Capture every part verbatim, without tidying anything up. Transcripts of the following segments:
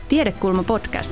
Tiedekulma podcast.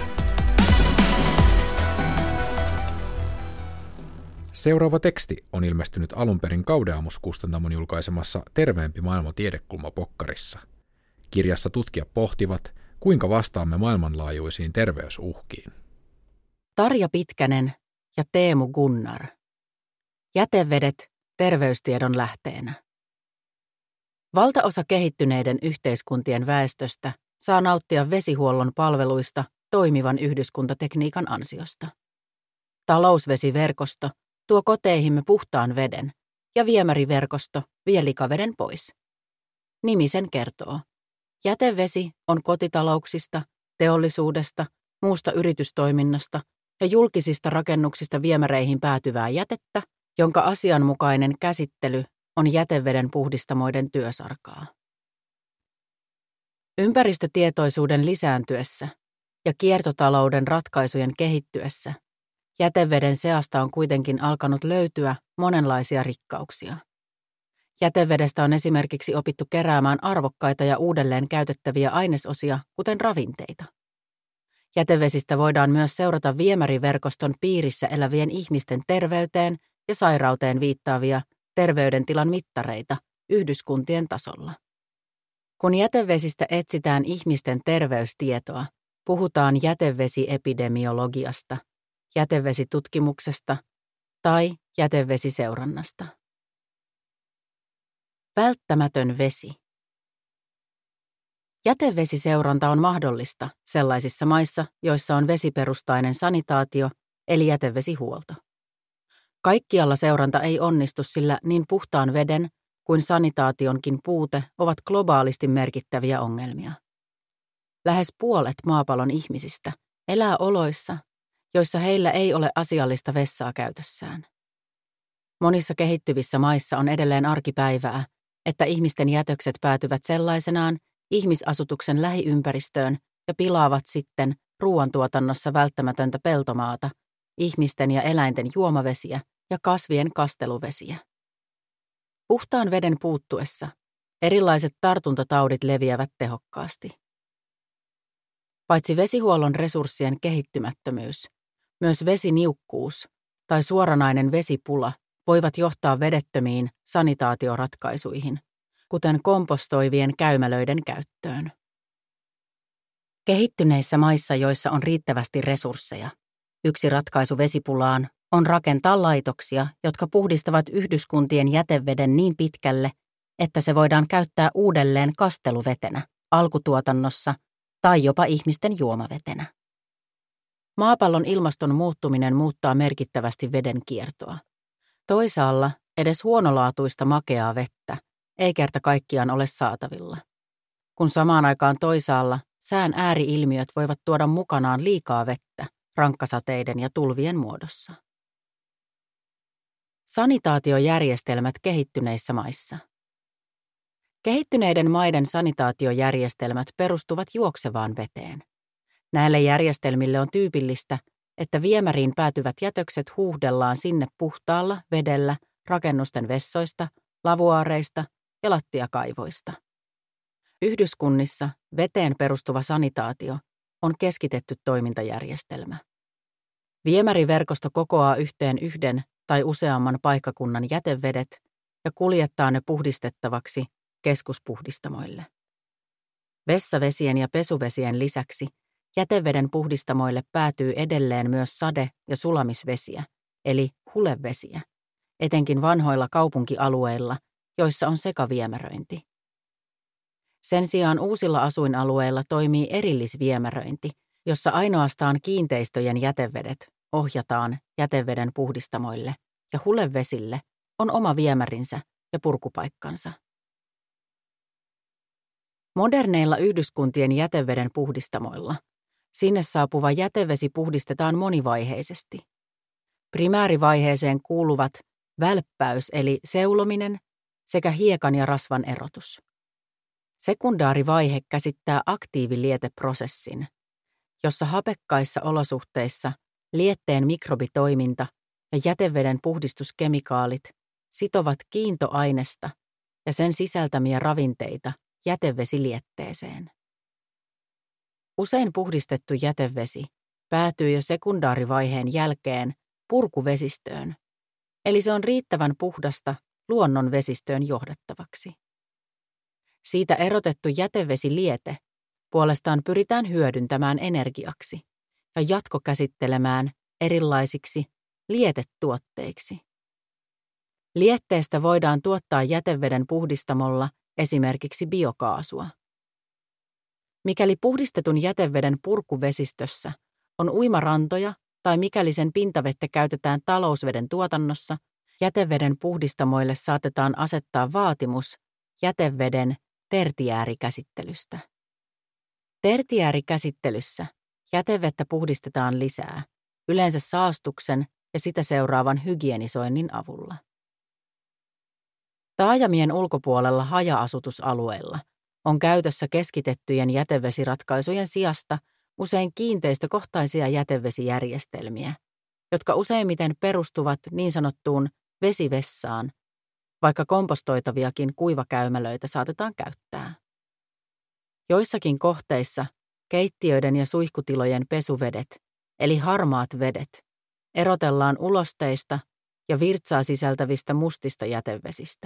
Seuraava teksti on ilmestynyt alun perin Gaudeamus-kustantamon julkaisemassa Terveempi maailma Tiedekulma-pokkarissa. Kirjassa tutkijat pohtivat, kuinka vastaamme maailmanlaajuisiin terveysuhkiin. Tarja Pitkänen ja Teemu Gunnar. Jätevedet terveystiedon lähteenä. Valtaosa kehittyneiden yhteiskuntien väestöstä saa nauttia vesihuollon palveluista toimivan yhdyskuntatekniikan ansiosta. Talousvesiverkosto tuo koteihimme puhtaan veden ja viemäriverkosto vie likaveden pois. Nimi sen kertoo. Jätevesi on kotitalouksista, teollisuudesta, muusta yritystoiminnasta ja julkisista rakennuksista viemäreihin päätyvää jätettä, jonka asianmukainen käsittely on jäteveden puhdistamoiden työsarkaa. Ympäristötietoisuuden lisääntyessä ja kiertotalouden ratkaisujen kehittyessä jäteveden seasta on kuitenkin alkanut löytyä monenlaisia rikkauksia. Jätevedestä on esimerkiksi opittu keräämään arvokkaita ja uudelleen käytettäviä ainesosia, kuten ravinteita. Jätevesistä voidaan myös seurata viemäriverkoston piirissä elävien ihmisten terveyteen ja sairauteen viittaavia terveydentilan mittareita yhdyskuntien tasolla. Kun jätevesistä etsitään ihmisten terveystietoa, puhutaan jätevesiepidemiologiasta, jätevesitutkimuksesta tai jätevesiseurannasta. Välttämätön vesi. Jätevesiseuranta on mahdollista sellaisissa maissa, joissa on vesiperustainen sanitaatio eli jätevesihuolto. Kaikkialla seuranta ei onnistu, sillä niin puhtaan veden kuin sanitaationkin puute ovat globaalisti merkittäviä ongelmia. Lähes puolet maapallon ihmisistä elää oloissa, joissa heillä ei ole asiallista vessaa käytössään. Monissa kehittyvissä maissa on edelleen arkipäivää, että ihmisten jätökset päätyvät sellaisenaan ihmisasutuksen lähiympäristöön ja pilaavat sitten ruoantuotannossa välttämätöntä peltomaata, ihmisten ja eläinten juomavesiä ja kasvien kasteluvesiä. Puhtaan veden puuttuessa erilaiset tartuntataudit leviävät tehokkaasti. Paitsi vesihuollon resurssien kehittymättömyys, myös vesiniukkuus tai suoranainen vesipula voivat johtaa vedettömiin sanitaatioratkaisuihin, kuten kompostoivien käymälöiden käyttöön. Kehittyneissä maissa, joissa on riittävästi resursseja, yksi ratkaisu vesipulaan on rakentaa laitoksia, jotka puhdistavat yhdyskuntien jäteveden niin pitkälle, että se voidaan käyttää uudelleen kasteluvetenä, alkutuotannossa tai jopa ihmisten juomavetenä. Maapallon ilmaston muuttuminen muuttaa merkittävästi veden kiertoa. Toisaalla edes huonolaatuista makeaa vettä ei kerta kaikkiaan ole saatavilla. Kun samaan aikaan toisaalla sään ääriilmiöt voivat tuoda mukanaan liikaa vettä rankkasateiden ja tulvien muodossa. Sanitaatiojärjestelmät kehittyneissä maissa. Kehittyneiden maiden sanitaatiojärjestelmät perustuvat juoksevaan veteen. Näille järjestelmille on tyypillistä, että viemäriin päätyvät jätökset huuhdellaan sinne puhtaalla vedellä rakennusten vessoista, lavuaareista ja lattiakaivoista. Yhdyskunnissa veteen perustuva sanitaatio on keskitetty toimintajärjestelmä. Viemäriverkosto kokoaa yhteen yhden tai useamman paikkakunnan jätevedet ja kuljettaa ne puhdistettavaksi keskuspuhdistamoille. Vessavesien ja pesuvesien lisäksi jäteveden puhdistamoille päätyy edelleen myös sade- ja sulamisvesiä, eli hulevesiä, etenkin vanhoilla kaupunkialueilla, joissa on sekaviemäröinti. Sen sijaan uusilla asuinalueilla toimii erillisviemäröinti, jossa ainoastaan kiinteistöjen jätevedet ohjataan jäteveden puhdistamoille ja hulevesille on oma viemärinsä ja purkupaikkansa. Moderneilla yhdyskuntien jäteveden puhdistamoilla sinne saapuva jätevesi puhdistetaan monivaiheisesti. Primäärivaiheeseen kuuluvat välppäys eli seulominen sekä hiekan ja rasvan erotus. Sekundaarivaihe käsittää aktiivilieteprosessin, jossa hapekkaissa olosuhteissa lietteen mikrobitoiminta ja jäteveden puhdistuskemikaalit sitovat kiintoainesta ja sen sisältämiä ravinteita jätevesilietteeseen. Usein puhdistettu jätevesi päätyy jo sekundaarivaiheen jälkeen purkuvesistöön, eli se on riittävän puhdasta luonnon vesistöön johdettavaksi. Siitä erotettu jätevesiliete puolestaan pyritään hyödyntämään energiaksi ja jatkokäsittelemään erilaisiksi lietetuotteiksi. Lietteestä voidaan tuottaa jäteveden puhdistamolla esimerkiksi biokaasua. Mikäli puhdistetun jäteveden purkuvesistössä on uimarantoja tai mikäli sen pintavettä käytetään talousveden tuotannossa, jäteveden puhdistamoille saatetaan asettaa vaatimus jäteveden tertiäärikäsittelystä. Tertiäärikäsittelyssä jätevettä puhdistetaan lisää, yleensä saastuksen ja sitä seuraavan hygienisoinnin avulla. Taajamien ulkopuolella haja-asutusalueilla on käytössä keskitettyjen jätevesiratkaisujen sijasta usein kiinteistökohtaisia jätevesijärjestelmiä, jotka useimmiten perustuvat niin sanottuun vesivessaan, vaikka kompostoitaviakin kuivakäymälöitä saatetaan käyttää. Joissakin kohteissa keittiöiden ja suihkutilojen pesuvedet, eli harmaat vedet, erotellaan ulosteista ja virtsaa sisältävistä mustista jätevesistä.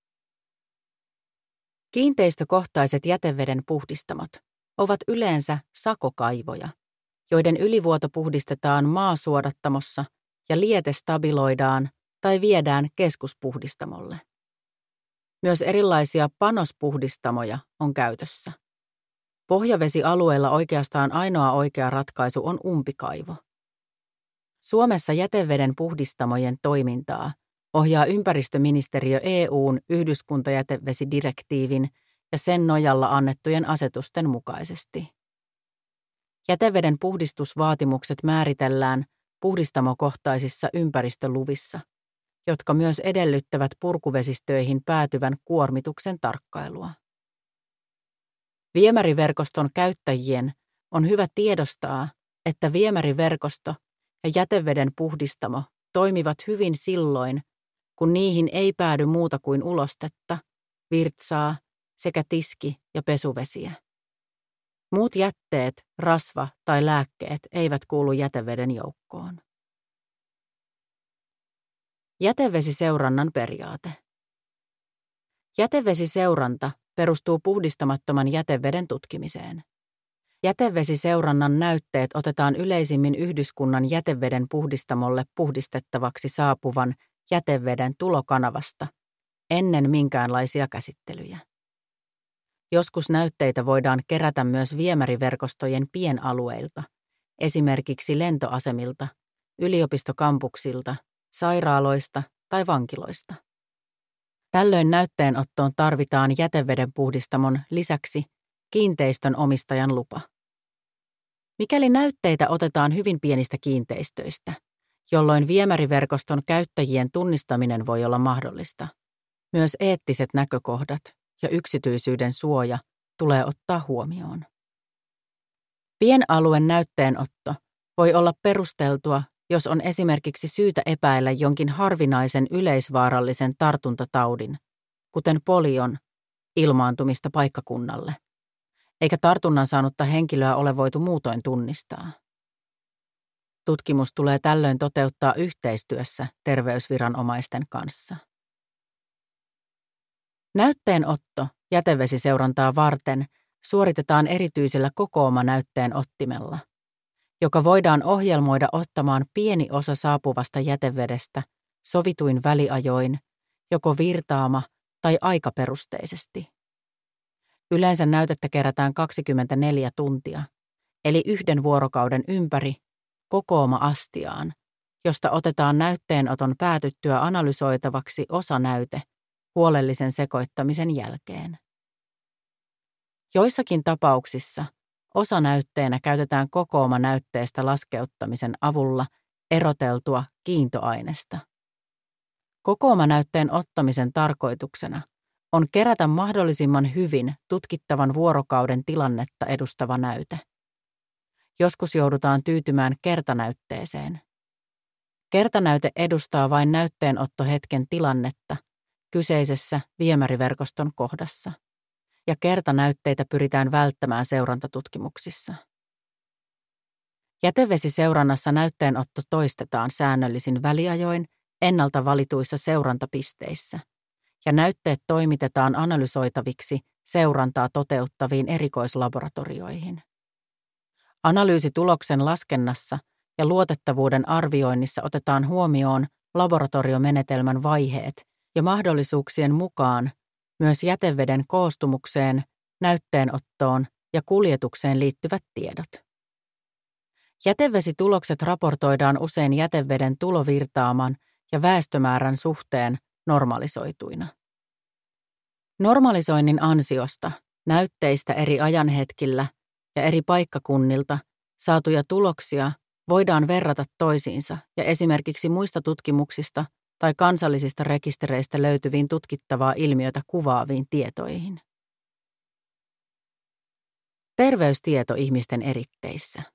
Kiinteistökohtaiset jäteveden puhdistamot ovat yleensä sakokaivoja, joiden ylivuoto puhdistetaan maasuodattamossa ja liete stabiloidaan tai viedään keskuspuhdistamolle. Myös erilaisia panospuhdistamoja on käytössä. Pohjavesialueella oikeastaan ainoa oikea ratkaisu on umpikaivo. Suomessa jäteveden puhdistamojen toimintaa ohjaa ympäristöministeriö E U:n yhdyskuntajätevesidirektiivin ja sen nojalla annettujen asetusten mukaisesti. Jäteveden puhdistusvaatimukset määritellään puhdistamokohtaisissa ympäristöluvissa, jotka myös edellyttävät purkuvesistöihin päätyvän kuormituksen tarkkailua. Viemäriverkoston käyttäjien on hyvä tiedostaa, että viemäriverkosto ja jäteveden puhdistamo toimivat hyvin silloin, kun niihin ei päädy muuta kuin ulostetta, virtsaa sekä tiski- ja pesuvesiä. Muut jätteet, rasva tai lääkkeet eivät kuulu jäteveden joukkoon. Jätevesiseurannan periaate. Jätevesiseuranta perustuu puhdistamattoman jäteveden tutkimiseen. Jätevesiseurannan näytteet otetaan yleisimmin yhdyskunnan jäteveden puhdistamolle puhdistettavaksi saapuvan jäteveden tulokanavasta ennen minkäänlaisia käsittelyjä. Joskus näytteitä voidaan kerätä myös viemäriverkostojen pienalueilta, esimerkiksi lentoasemilta, yliopistokampuksilta, sairaaloista tai vankiloista. Tällöin näytteenottoon tarvitaan jäteveden puhdistamon lisäksi kiinteistön omistajan lupa. Mikäli näytteitä otetaan hyvin pienistä kiinteistöistä, jolloin viemäriverkoston käyttäjien tunnistaminen voi olla mahdollista, myös eettiset näkökohdat ja yksityisyyden suoja tulee ottaa huomioon. Pienalueen näytteenotto voi olla perusteltua, jos on esimerkiksi syytä epäillä jonkin harvinaisen yleisvaarallisen tartuntataudin, kuten polion, ilmaantumista paikkakunnalle, eikä tartunnan saanutta henkilöä ole voitu muutoin tunnistaa. Tutkimus tulee tällöin toteuttaa yhteistyössä terveysviranomaisten kanssa. Näytteenotto jätevesiseurantaa varten suoritetaan erityisellä kokoomanäytteenottimella, joka voidaan ohjelmoida ottamaan pieni osa saapuvasta jätevedestä sovituin väliajoin, joko virtaama- tai aikaperusteisesti. Yleensä näytettä kerätään kaksikymmentäneljä tuntia, eli yhden vuorokauden ympäri, kokooma-astiaan, josta otetaan näytteenoton päätyttyä analysoitavaksi osanäyte huolellisen sekoittamisen jälkeen. Joissakin tapauksissa osanäytteenä käytetään kokooma-näytteestä laskeuttamisen avulla eroteltua kiintoainesta. Kokoomanäytteen ottamisen tarkoituksena on kerätä mahdollisimman hyvin tutkittavan vuorokauden tilannetta edustava näyte. Joskus joudutaan tyytymään kertanäytteeseen. Kertanäyte edustaa vain näytteenottohetken tilannetta kyseisessä viemäriverkoston kohdassa, ja kertanäytteitä pyritään välttämään seurantatutkimuksissa. Jätevesiseurannassa näytteenotto toistetaan säännöllisin väliajoin ennalta valituissa seurantapisteissä, ja näytteet toimitetaan analysoitaviksi seurantaa toteuttaviin erikoislaboratorioihin. Analyysituloksen laskennassa ja luotettavuuden arvioinnissa otetaan huomioon laboratoriomenetelmän vaiheet ja mahdollisuuksien mukaan myös jäteveden koostumukseen, näytteenottoon ja kuljetukseen liittyvät tiedot. Jätevesitulokset raportoidaan usein jäteveden tulovirtaaman ja väestömäärän suhteen normalisoituina. Normalisoinnin ansiosta näytteistä eri ajanhetkillä ja eri paikkakunnilta saatuja tuloksia voidaan verrata toisiinsa ja esimerkiksi muista tutkimuksista tai kansallisista rekistereistä löytyviin tutkittavaa ilmiötä kuvaaviin tietoihin. Terveystieto ihmisten eritteissä.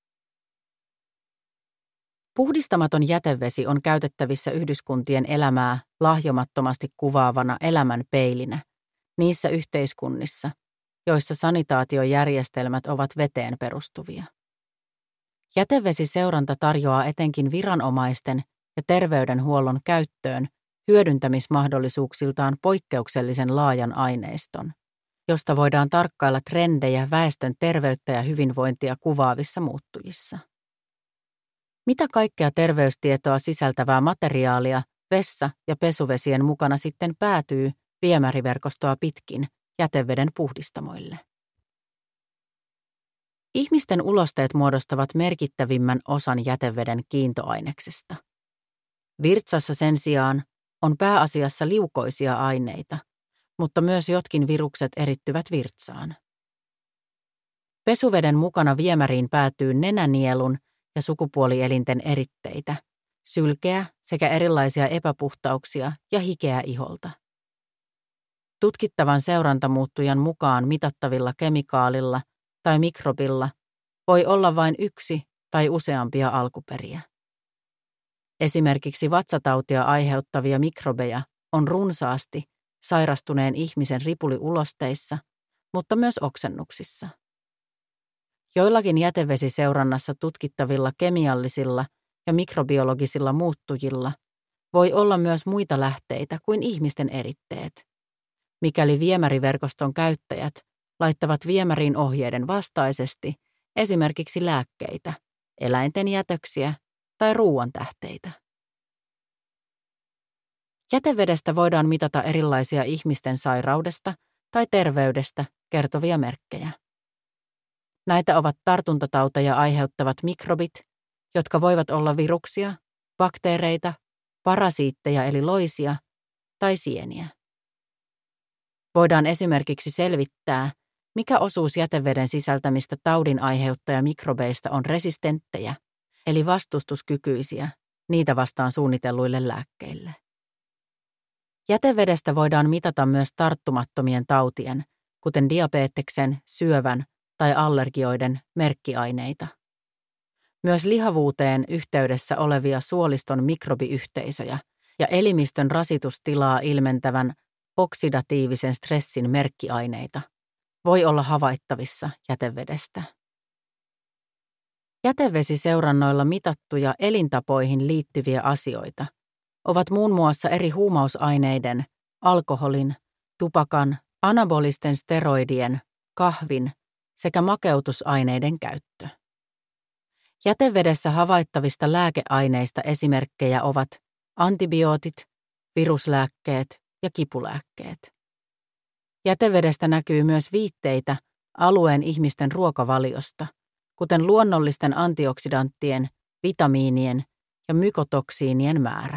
Puhdistamaton jätevesi on käytettävissä yhdyskuntien elämää lahjomattomasti kuvaavana elämän peilinä niissä yhteiskunnissa, joissa sanitaatiojärjestelmät ovat veteen perustuvia. Jätevesiseuranta tarjoaa etenkin viranomaisten ja terveydenhuollon käyttöön hyödyntämismahdollisuuksiltaan poikkeuksellisen laajan aineiston, josta voidaan tarkkailla trendejä väestön terveyttä ja hyvinvointia kuvaavissa muuttujissa. Mitä kaikkea terveystietoa sisältävää materiaalia vessa- ja pesuvesien mukana sitten päätyy viemäriverkostoa pitkin jäteveden puhdistamoille? Ihmisten ulosteet muodostavat merkittävimmän osan jäteveden kiintoaineksesta. Virtsassa sen sijaan on pääasiassa liukoisia aineita, mutta myös jotkin virukset erittyvät virtsaan. Pesuveden mukana viemäriin päätyy nenänielun ja sukupuolielinten eritteitä, sylkeä sekä erilaisia epäpuhtauksia ja hikeä iholta. Tutkittavan seurantamuuttujan mukaan mitattavilla kemikaalilla tai mikrobilla voi olla vain yksi tai useampia alkuperiä. Esimerkiksi vatsatautia aiheuttavia mikrobeja on runsaasti sairastuneen ihmisen ripuliulosteissa, mutta myös oksennuksissa. Joillakin jätevesiseurannassa tutkittavilla kemiallisilla ja mikrobiologisilla muuttujilla voi olla myös muita lähteitä kuin ihmisten eritteet, mikäli viemäriverkoston käyttäjät laittavat viemäriin ohjeiden vastaisesti esimerkiksi lääkkeitä, eläinten jätöksiä tai ruoantähteitä. Jätevedestä voidaan mitata erilaisia ihmisten sairaudesta tai terveydestä kertovia merkkejä. Näitä ovat tartuntatauteja aiheuttavat mikrobit, jotka voivat olla viruksia, bakteereita, parasiitteja eli loisia tai sieniä. Voidaan esimerkiksi selvittää, mikä osuus jäteveden sisältämistä taudin aiheuttajamikrobeista on resistenttejä, eli vastustuskykyisiä, niitä vastaan suunnitelluille lääkkeille. Jätevedestä voidaan mitata myös tarttumattomien tautien, kuten diabeteksen, syövän tai allergioiden merkkiaineita. Myös lihavuuteen yhteydessä olevia suoliston mikrobiyhteisöjä ja elimistön rasitustilaa ilmentävän oksidatiivisen stressin merkkiaineita voi olla havaittavissa jätevedestä. Jätevesiseurannoilla mitattuja elintapoihin liittyviä asioita ovat muun muassa eri huumausaineiden, alkoholin, tupakan, anabolisten steroidien, kahvin sekä makeutusaineiden käyttö. Jätevedessä havaittavista lääkeaineista esimerkkejä ovat antibiootit, viruslääkkeet ja kipulääkkeet. Jätevedestä näkyy myös viitteitä alueen ihmisten ruokavaliosta, kuten luonnollisten antioksidanttien, vitamiinien ja mykotoksiinien määrä.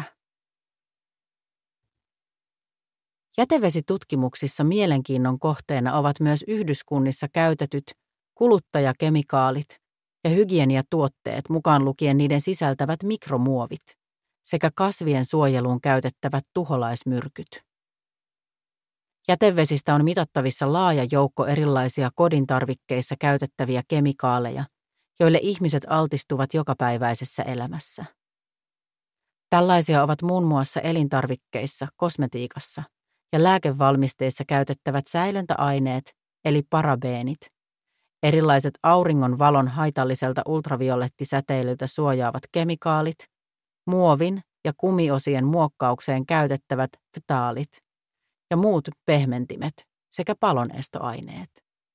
Jätevesitutkimuksissa mielenkiinnon kohteena ovat myös yhdyskunnissa käytetyt kuluttajakemikaalit ja hygieniatuotteet mukaan lukien niiden sisältävät mikromuovit sekä kasvien suojeluun käytettävät tuholaismyrkyt. Jätevesistä on mitattavissa laaja joukko erilaisia kodintarvikkeissa käytettäviä kemikaaleja, joille ihmiset altistuvat jokapäiväisessä elämässä. Tällaisia ovat muun muassa elintarvikkeissa, kosmetiikassa ja lääkevalmisteissa käytettävät säilöntäaineet eli parabeenit erilaiset auringon valon haitalliselta ultraviolettisäteilyltä suojaavat kemikaalit, muovin ja kumiosien muokkaukseen käytettävät ftaalit ja muut pehmentimet sekä palonestoaineet.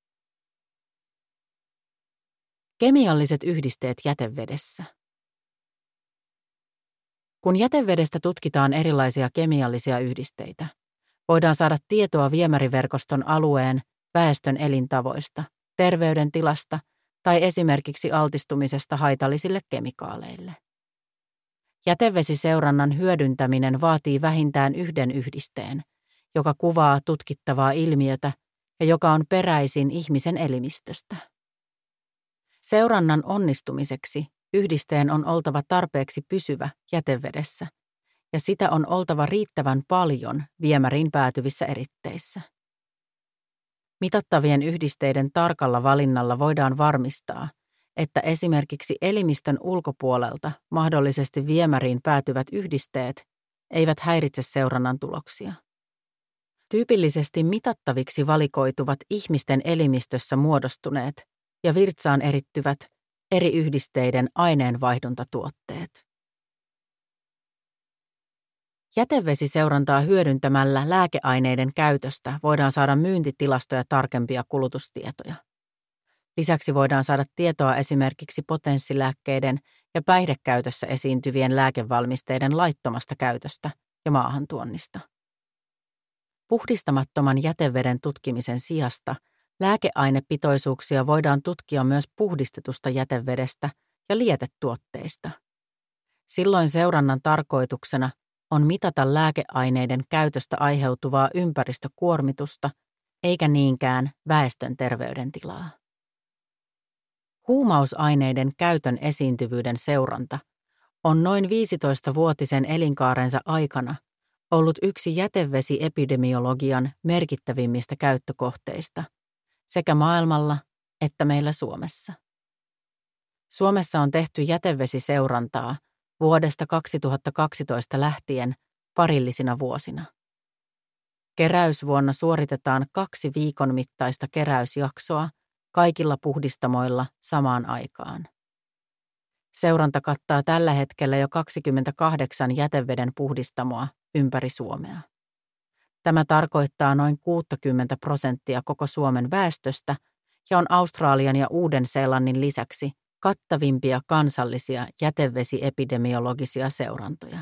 Kemialliset yhdisteet jätevedessä. Kun jätevedestä tutkitaan erilaisia kemiallisia yhdisteitä, voidaan saada tietoa viemäriverkoston alueen väestön elintavoista, terveydentilasta tai esimerkiksi altistumisesta haitallisille kemikaaleille. Jätevesiseurannan hyödyntäminen vaatii vähintään yhden yhdisteen, joka kuvaa tutkittavaa ilmiötä ja joka on peräisin ihmisen elimistöstä. Seurannan onnistumiseksi yhdisteen on oltava tarpeeksi pysyvä jätevedessä ja sitä on oltava riittävän paljon viemäriin päätyvissä eritteissä. Mitattavien yhdisteiden tarkalla valinnalla voidaan varmistaa, että esimerkiksi elimistön ulkopuolelta mahdollisesti viemäriin päätyvät yhdisteet eivät häiritse seurannan tuloksia. Tyypillisesti mitattaviksi valikoituvat ihmisten elimistössä muodostuneet ja virtsaan erittyvät eri yhdisteiden aineenvaihduntatuotteet. Jätevesiseurantaa hyödyntämällä lääkeaineiden käytöstä voidaan saada myyntitilastoja tarkempia kulutustietoja. Lisäksi voidaan saada tietoa esimerkiksi potenssilääkkeiden ja päihdekäytössä esiintyvien lääkevalmisteiden laittomasta käytöstä ja maahantuonnista. Puhdistamattoman jäteveden tutkimisen sijasta lääkeainepitoisuuksia voidaan tutkia myös puhdistetusta jätevedestä ja lietetuotteista. Silloin seurannan tarkoituksena on mitata lääkeaineiden käytöstä aiheutuvaa ympäristökuormitusta, eikä niinkään väestön terveydentilaa. Huumausaineiden käytön esiintyvyyden seuranta on noin viisitoistavuotisen elinkaarensa aikana ollut yksi jätevesiepidemiologian merkittävimmistä käyttökohteista sekä maailmalla että meillä Suomessa. Suomessa on tehty jätevesiseurantaa vuodesta kaksituhattakaksitoista lähtien parillisina vuosina. Keräysvuonna suoritetaan kaksi viikon mittaista keräysjaksoa kaikilla puhdistamoilla samaan aikaan. Seuranta kattaa tällä hetkellä jo kaksikymmentäkahdeksan jäteveden puhdistamoa ympäri Suomea. Tämä tarkoittaa noin kuusikymmentä prosenttia koko Suomen väestöstä ja on Australian ja Uuden-Seelannin lisäksi kattavimpia kansallisia jätevesiepidemiologisia seurantoja.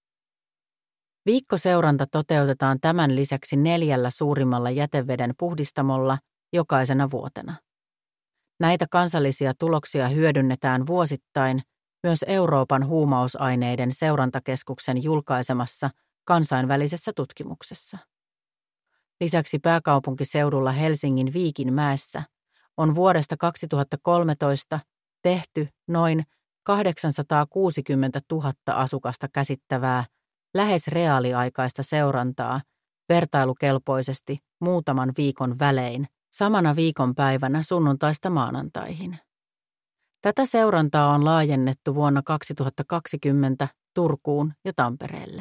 Viikkoseuranta toteutetaan tämän lisäksi neljällä suurimmalla jäteveden puhdistamolla jokaisena vuotena. Näitä kansallisia tuloksia hyödynnetään vuosittain myös Euroopan huumausaineiden seurantakeskuksen julkaisemassa kansainvälisessä tutkimuksessa. Lisäksi pääkaupunkiseudulla Helsingin Viikinmäessä on vuodesta kaksituhattakolmetoista tehty noin kahdeksansataakuusikymmentätuhatta asukasta käsittävää lähes reaaliaikaista seurantaa vertailukelpoisesti muutaman viikon välein samana viikonpäivänä sunnuntaista maanantaihin. Tätä seurantaa on laajennettu vuonna kaksituhattakaksikymmentä Turkuun ja Tampereelle.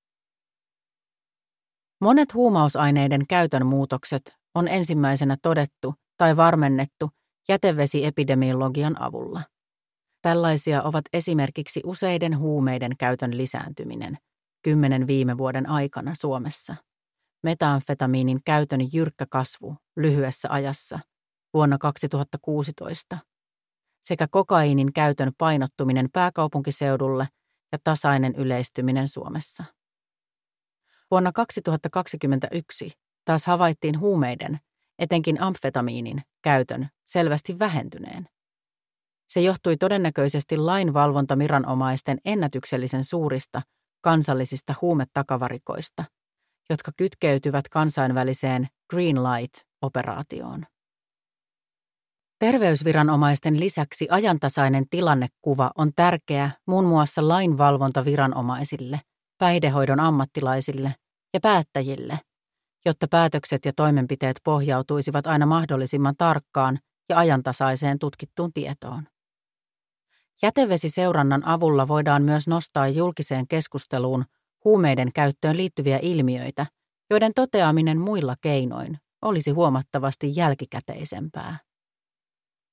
Monet huumausaineiden käytön muutokset on ensimmäisenä todettu tai varmennettu jätevesiepidemiologian avulla. Tällaisia ovat esimerkiksi useiden huumeiden käytön lisääntyminen kymmenen viime vuoden aikana Suomessa, metamfetamiinin käytön jyrkkä kasvu lyhyessä ajassa vuonna kaksituhattakuusitoista sekä kokaiinin käytön painottuminen pääkaupunkiseudulle ja tasainen yleistyminen Suomessa. Vuonna kaksituhattakaksikymmentäyksi taas havaittiin huumeiden, etenkin amfetamiinin, käytön selvästi vähentyneen. Se johtui todennäköisesti lainvalvontaviranomaisten ennätyksellisen suurista kansallisista huumetakavarikoista, jotka kytkeytyvät kansainväliseen Green Light-operaatioon. Terveysviranomaisten lisäksi ajantasainen tilannekuva on tärkeä muun muassa lainvalvontaviranomaisille, päihdehoidon ammattilaisille ja päättäjille, jotta päätökset ja toimenpiteet pohjautuisivat aina mahdollisimman tarkkaan ja ajantasaiseen tutkittuun tietoon. Jätevesiseurannan avulla voidaan myös nostaa julkiseen keskusteluun huumeiden käyttöön liittyviä ilmiöitä, joiden toteaminen muilla keinoin olisi huomattavasti jälkikäteisempää.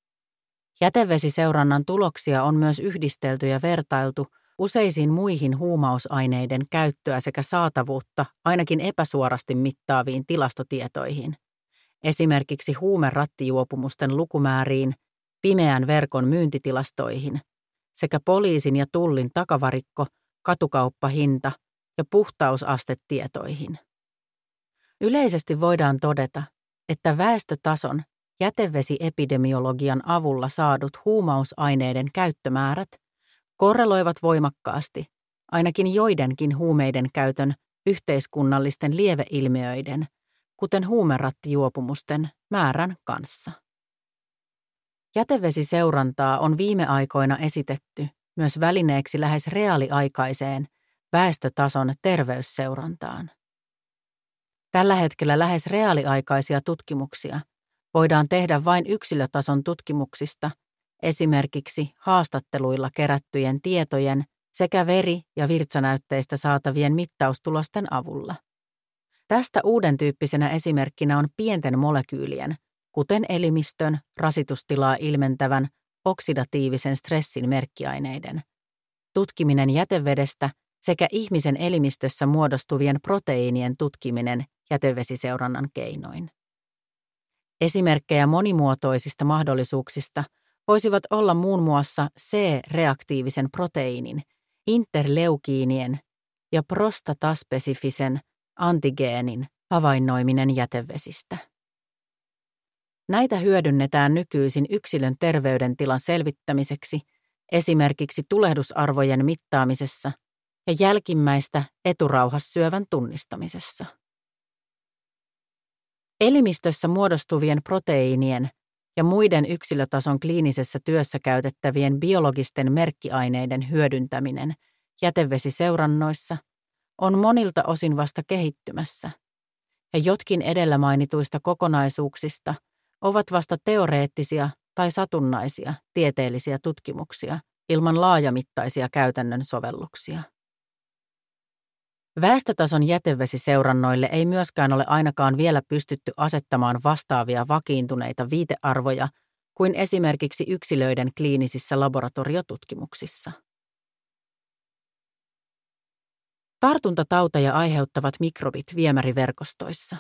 Jätevesiseurannan tuloksia on myös yhdistelty ja vertailtu useisiin muihin huumausaineiden käyttöä sekä saatavuutta ainakin epäsuorasti mittaaviin tilastotietoihin, esimerkiksi huumerattijuopumusten lukumääriin, pimeän verkon myyntitilastoihin sekä poliisin ja tullin takavarikko, katukauppahinta ja puhtausastetietoihin. Yleisesti voidaan todeta, että väestötason jätevesiepidemiologian avulla saadut huumausaineiden käyttömäärät korreloivat voimakkaasti ainakin joidenkin huumeiden käytön yhteiskunnallisten lieveilmiöiden, kuten huumerattijuopumusten, määrän kanssa. Jätevesiseurantaa on viime aikoina esitetty myös välineeksi lähes reaaliaikaiseen väestötason terveysseurantaan. Tällä hetkellä lähes reaaliaikaisia tutkimuksia voidaan tehdä vain yksilötason tutkimuksista, esimerkiksi haastatteluilla kerättyjen tietojen sekä veri- ja virtsanäytteistä saatavien mittaustulosten avulla. Tästä uuden tyyppisenä esimerkkinä on pienten molekyylien, kuten elimistön rasitustilaa ilmentävän oksidatiivisen stressin merkkiaineiden, tutkiminen jätevedestä sekä ihmisen elimistössä muodostuvien proteiinien tutkiminen jätevesiseurannan keinoin. Esimerkkejä monimuotoisista mahdollisuuksista voisivat olla muun muassa C-reaktiivisen proteiinin, interleukiinien ja prostataspesifisen antigeenin havainnoiminen jätevesistä. Näitä hyödynnetään nykyisin yksilön terveydentilan selvittämiseksi, esimerkiksi tulehdusarvojen mittaamisessa ja jälkimmäistä eturauhassyövän tunnistamisessa. Elimistössä muodostuvien proteiinien ja muiden yksilötason kliinisessä työssä käytettävien biologisten merkkiaineiden hyödyntäminen jätevesiseurannoissa on monilta osin vasta kehittymässä, ja jotkin edellä mainituista kokonaisuuksista ovat vasta teoreettisia tai satunnaisia tieteellisiä tutkimuksia ilman laajamittaisia käytännön sovelluksia. Väestötason jätevesiseurannoille ei myöskään ole ainakaan vielä pystytty asettamaan vastaavia vakiintuneita viitearvoja kuin esimerkiksi yksilöiden kliinisissä laboratoriotutkimuksissa. Tartuntatauteja aiheuttavat mikrobit viemäriverkostoissa.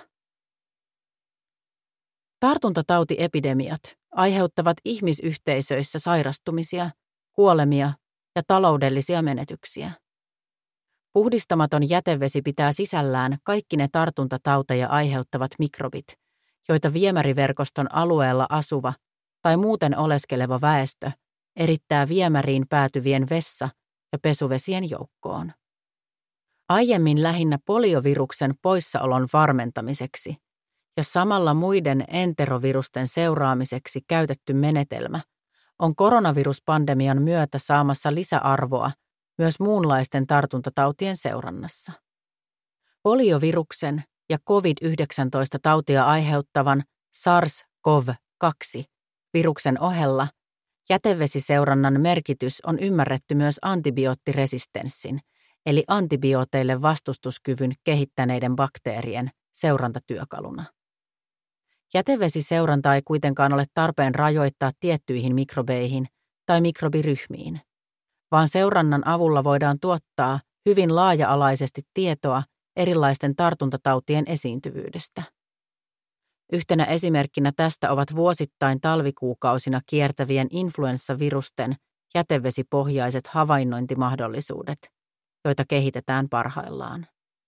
Tartuntatautiepidemiat aiheuttavat ihmisyhteisöissä sairastumisia, kuolemia ja taloudellisia menetyksiä. Puhdistamaton jätevesi pitää sisällään kaikki ne tartuntatauteja aiheuttavat mikrobit, joita viemäriverkoston alueella asuva tai muuten oleskeleva väestö erittää viemäriin päätyvien vessa- ja pesuvesien joukkoon. Aiemmin lähinnä polioviruksen poissaolon varmentamiseksi ja samalla muiden enterovirusten seuraamiseksi käytetty menetelmä on koronaviruspandemian myötä saamassa lisäarvoa myös muunlaisten tartuntatautien seurannassa. Polioviruksen ja covid yhdeksäntoista tautia aiheuttavan SARS-CoV kaksi viruksen ohella jätevesiseurannan merkitys on ymmärretty myös antibioottiresistenssin, eli antibiooteille vastustuskyvyn kehittäneiden bakteerien seurantatyökaluna. Jätevesiseuranta ei kuitenkaan ole tarpeen rajoittaa tiettyihin mikrobeihin tai mikrobiryhmiin, vaan seurannan avulla voidaan tuottaa hyvin laaja-alaisesti tietoa erilaisten tartuntatautien esiintyvyydestä. Yhtenä esimerkkinä tästä ovat vuosittain talvikuukausina kiertävien influenssavirusten jätevesipohjaiset havainnointimahdollisuudet, joita kehitetään parhaillaan.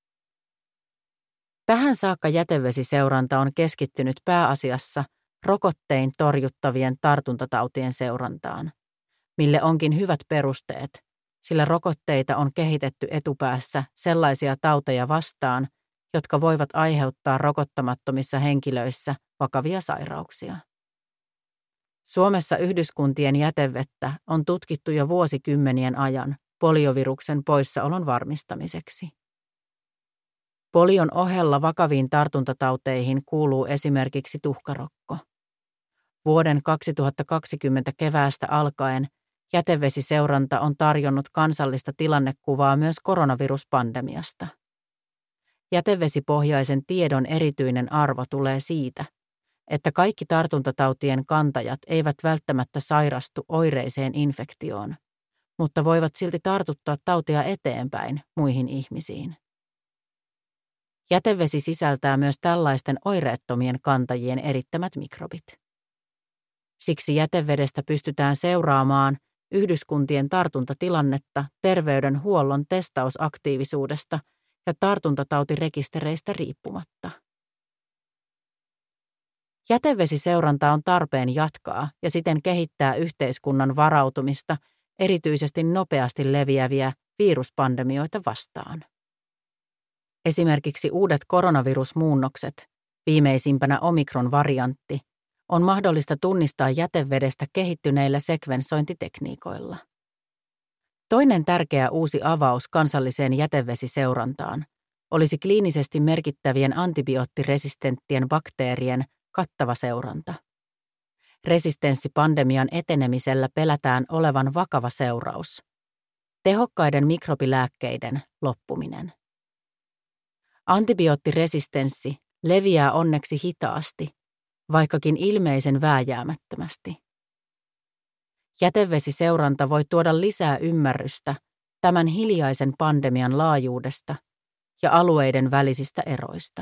Tähän saakka jätevesiseuranta on keskittynyt pääasiassa rokottein torjuttavien tartuntatautien seurantaan, mille onkin hyvät perusteet, sillä rokotteita on kehitetty etupäässä sellaisia tauteja vastaan, jotka voivat aiheuttaa rokottamattomissa henkilöissä vakavia sairauksia. Suomessa yhdyskuntien jätevettä on tutkittu jo vuosikymmenien ajan polioviruksen poissaolon varmistamiseksi. Polion ohella vakaviin tartuntatauteihin kuuluu esimerkiksi tuhkarokko. Vuoden kaksituhattakaksikymmentä keväästä alkaen jätevesiseuranta on tarjonnut kansallista tilannekuvaa myös koronaviruspandemiasta. Jätevesipohjaisen tiedon erityinen arvo tulee siitä, että kaikki tartuntatautien kantajat eivät välttämättä sairastu oireiseen infektioon, mutta voivat silti tartuttaa tautia eteenpäin muihin ihmisiin. Jätevesi sisältää myös tällaisten oireettomien kantajien erittämät mikrobit. Siksi jätevedestä pystytään seuraamaan yhdyskuntien tartuntatilannetta terveydenhuollon testausaktiivisuudesta ja tartuntatautirekistereistä riippumatta. Jätevesiseurantaa on tarpeen jatkaa ja siten kehittää yhteiskunnan varautumista erityisesti nopeasti leviäviä viruspandemioita vastaan. Esimerkiksi uudet koronavirusmuunnokset, viimeisimpänä omikron-variantti, on mahdollista tunnistaa jätevedestä kehittyneillä sekvensointitekniikoilla. Toinen tärkeä uusi avaus kansalliseen jätevesiseurantaan olisi kliinisesti merkittävien antibioottiresistenttien bakteerien kattava seuranta. Resistenssipandemian etenemisellä pelätään olevan vakava seuraus. Tehokkaiden mikrobilääkkeiden loppuminen. Antibioottiresistenssi leviää onneksi hitaasti, vaikkakin ilmeisen vääjäämättömästi. Jätevesiseuranta voi tuoda lisää ymmärrystä tämän hiljaisen pandemian laajuudesta ja alueiden välisistä eroista.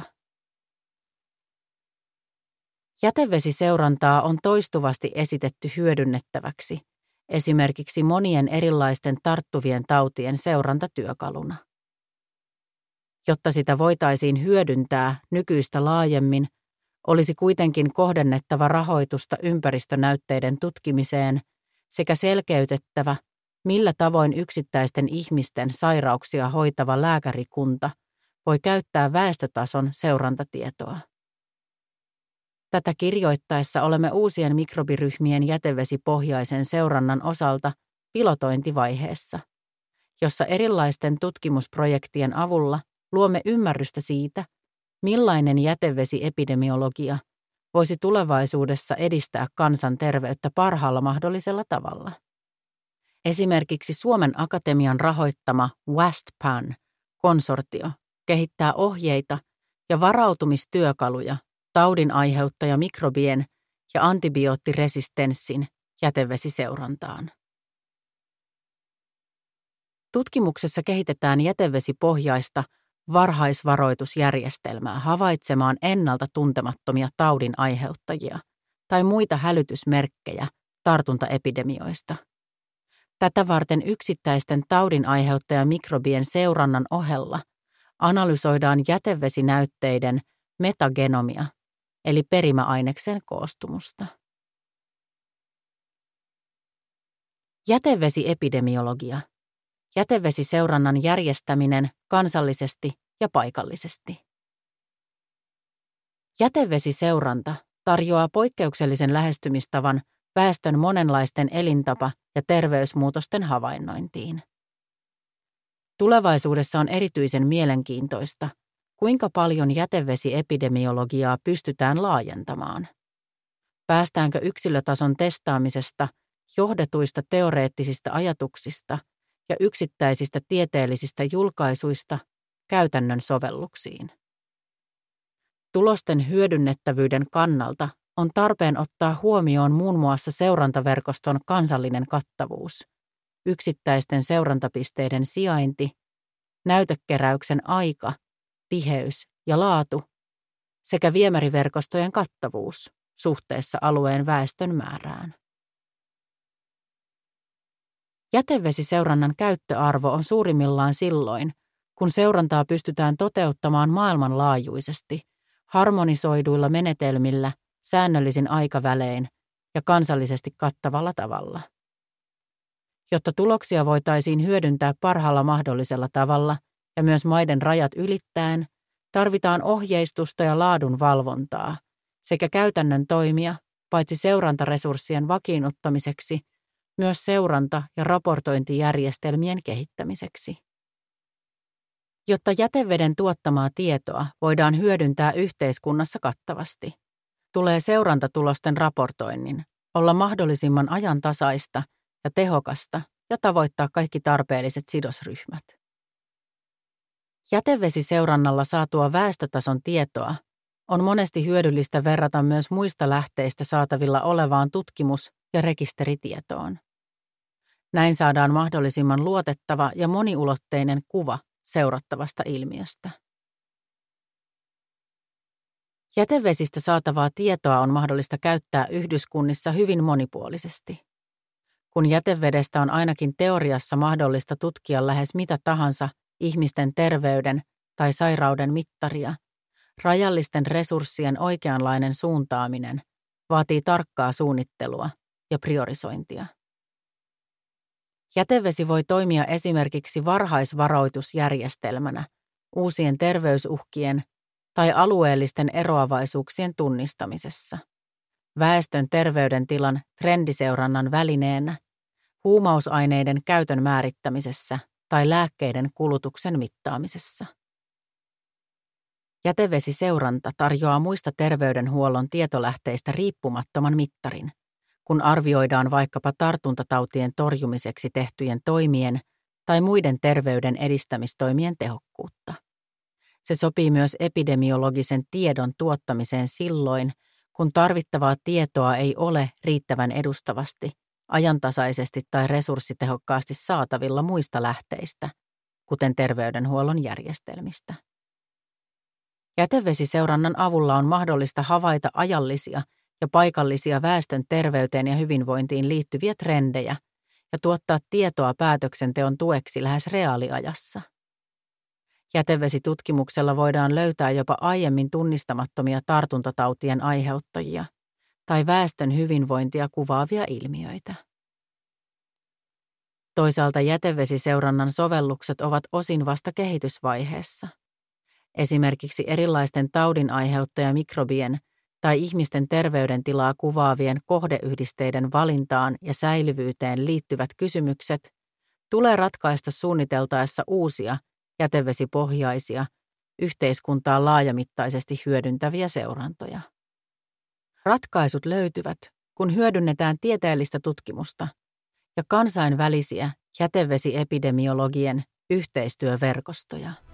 Jätevesiseurantaa on toistuvasti esitetty hyödynnettäväksi, esimerkiksi monien erilaisten tarttuvien tautien seurantatyökaluna. Jotta sitä voitaisiin hyödyntää nykyistä laajemmin, olisi kuitenkin kohdennettava rahoitusta ympäristönäytteiden tutkimiseen sekä selkeytettävä, millä tavoin yksittäisten ihmisten sairauksia hoitava lääkärikunta voi käyttää väestötason seurantatietoa. Tätä kirjoittaessa olemme uusien mikrobiryhmien jätevesipohjaisen seurannan osalta pilotointivaiheessa, jossa erilaisten tutkimusprojektien avulla luomme ymmärrystä siitä, millainen jätevesiepidemiologia voisi tulevaisuudessa edistää kansanterveyttä parhaalla mahdollisella tavalla. Esimerkiksi Suomen Akatemian rahoittama WASTPAN-konsortio kehittää ohjeita ja varautumistyökaluja taudin aiheuttaja mikrobien ja antibioottiresistenssin jätevesiseurantaan. Tutkimuksessa kehitetään jätevesipohjaista varhaisvaroitusjärjestelmää havaitsemaan ennalta tuntemattomia taudin aiheuttajia tai muita hälytysmerkkejä tartuntaepidemioista. Tätä varten yksittäisten taudin aiheuttajamikrobien seurannan ohella analysoidaan jätevesinäytteiden metagenomia, eli perimäaineksen koostumusta. Jätevesiepidemiologia. Jätevesiseurannan järjestäminen kansallisesti ja paikallisesti. Jätevesiseuranta tarjoaa poikkeuksellisen lähestymistavan väestön monenlaisten elintapa- ja terveysmuutosten havainnointiin. Tulevaisuudessa on erityisen mielenkiintoista, kuinka paljon jätevesiepidemiologiaa pystytään laajentamaan. Päästäänkö yksilötason testaamisesta, johdetuista teoreettisista ajatuksista ja yksittäisistä tieteellisistä julkaisuista käytännön sovelluksiin? Tulosten hyödynnettävyyden kannalta on tarpeen ottaa huomioon muun muassa seurantaverkoston kansallinen kattavuus, yksittäisten seurantapisteiden sijainti, näytekeräyksen aika, tiheys ja laatu sekä viemäriverkostojen kattavuus suhteessa alueen väestön määrään. Jätevesiseurannan käyttöarvo on suurimmillaan silloin, kun seurantaa pystytään toteuttamaan maailmanlaajuisesti, harmonisoiduilla menetelmillä, säännöllisin aikavälein ja kansallisesti kattavalla tavalla. Jotta tuloksia voitaisiin hyödyntää parhaalla mahdollisella tavalla ja myös maiden rajat ylittäen, tarvitaan ohjeistusta ja laadun valvontaa sekä käytännön toimia paitsi seurantaresurssien vakiinnuttamiseksi, myös seuranta- ja raportointijärjestelmien kehittämiseksi. Jotta jäteveden tuottamaa tietoa voidaan hyödyntää yhteiskunnassa kattavasti, tulee seurantatulosten raportoinnin olla mahdollisimman ajantasaista ja tehokasta ja tavoittaa kaikki tarpeelliset sidosryhmät. Jätevesiseurannalla saatua väestötason tietoa on monesti hyödyllistä verrata myös muista lähteistä saatavilla olevaan tutkimus- ja rekisteritietoon. Näin saadaan mahdollisimman luotettava ja moniulotteinen kuva seurattavasta ilmiöstä. Jätevesistä saatavaa tietoa on mahdollista käyttää yhdyskunnissa hyvin monipuolisesti. Kun jätevedestä on ainakin teoriassa mahdollista tutkia lähes mitä tahansa ihmisten terveyden tai sairauden mittaria, rajallisten resurssien oikeanlainen suuntaaminen vaatii tarkkaa suunnittelua ja priorisointia. Jätevesi voi toimia esimerkiksi varhaisvaroitusjärjestelmänä uusien terveysuhkien tai alueellisten eroavaisuuksien tunnistamisessa, väestön terveydentilan trendiseurannan välineenä, huumausaineiden käytön määrittämisessä tai lääkkeiden kulutuksen mittaamisessa. Jätevesiseuranta tarjoaa muista terveydenhuollon tietolähteistä riippumattoman mittarin, kun arvioidaan vaikkapa tartuntatautien torjumiseksi tehtyjen toimien tai muiden terveyden edistämistoimien tehokkuutta. Se sopii myös epidemiologisen tiedon tuottamiseen silloin, kun tarvittavaa tietoa ei ole riittävän edustavasti, ajantasaisesti tai resurssitehokkaasti saatavilla muista lähteistä, kuten terveydenhuollon järjestelmistä. Jätevesiseurannan avulla on mahdollista havaita ajallisia ja paikallisia väestön terveyteen ja hyvinvointiin liittyviä trendejä ja tuottaa tietoa päätöksenteon tueksi lähes reaaliajassa. Jätevesitutkimuksella voidaan löytää jopa aiemmin tunnistamattomia tartuntatautien aiheuttajia tai väestön hyvinvointia kuvaavia ilmiöitä. Toisaalta jätevesiseurannan sovellukset ovat osin vasta kehitysvaiheessa. Esimerkiksi erilaisten taudin aiheuttajamikrobien tai ihmisten terveydentilaa kuvaavien kohdeyhdisteiden valintaan ja säilyvyyteen liittyvät kysymykset tulee ratkaista suunniteltaessa uusia jätevesipohjaisia, yhteiskuntaa laajamittaisesti hyödyntäviä seurantoja. Ratkaisut löytyvät, kun hyödynnetään tieteellistä tutkimusta ja kansainvälisiä jätevesiepidemiologien yhteistyöverkostoja.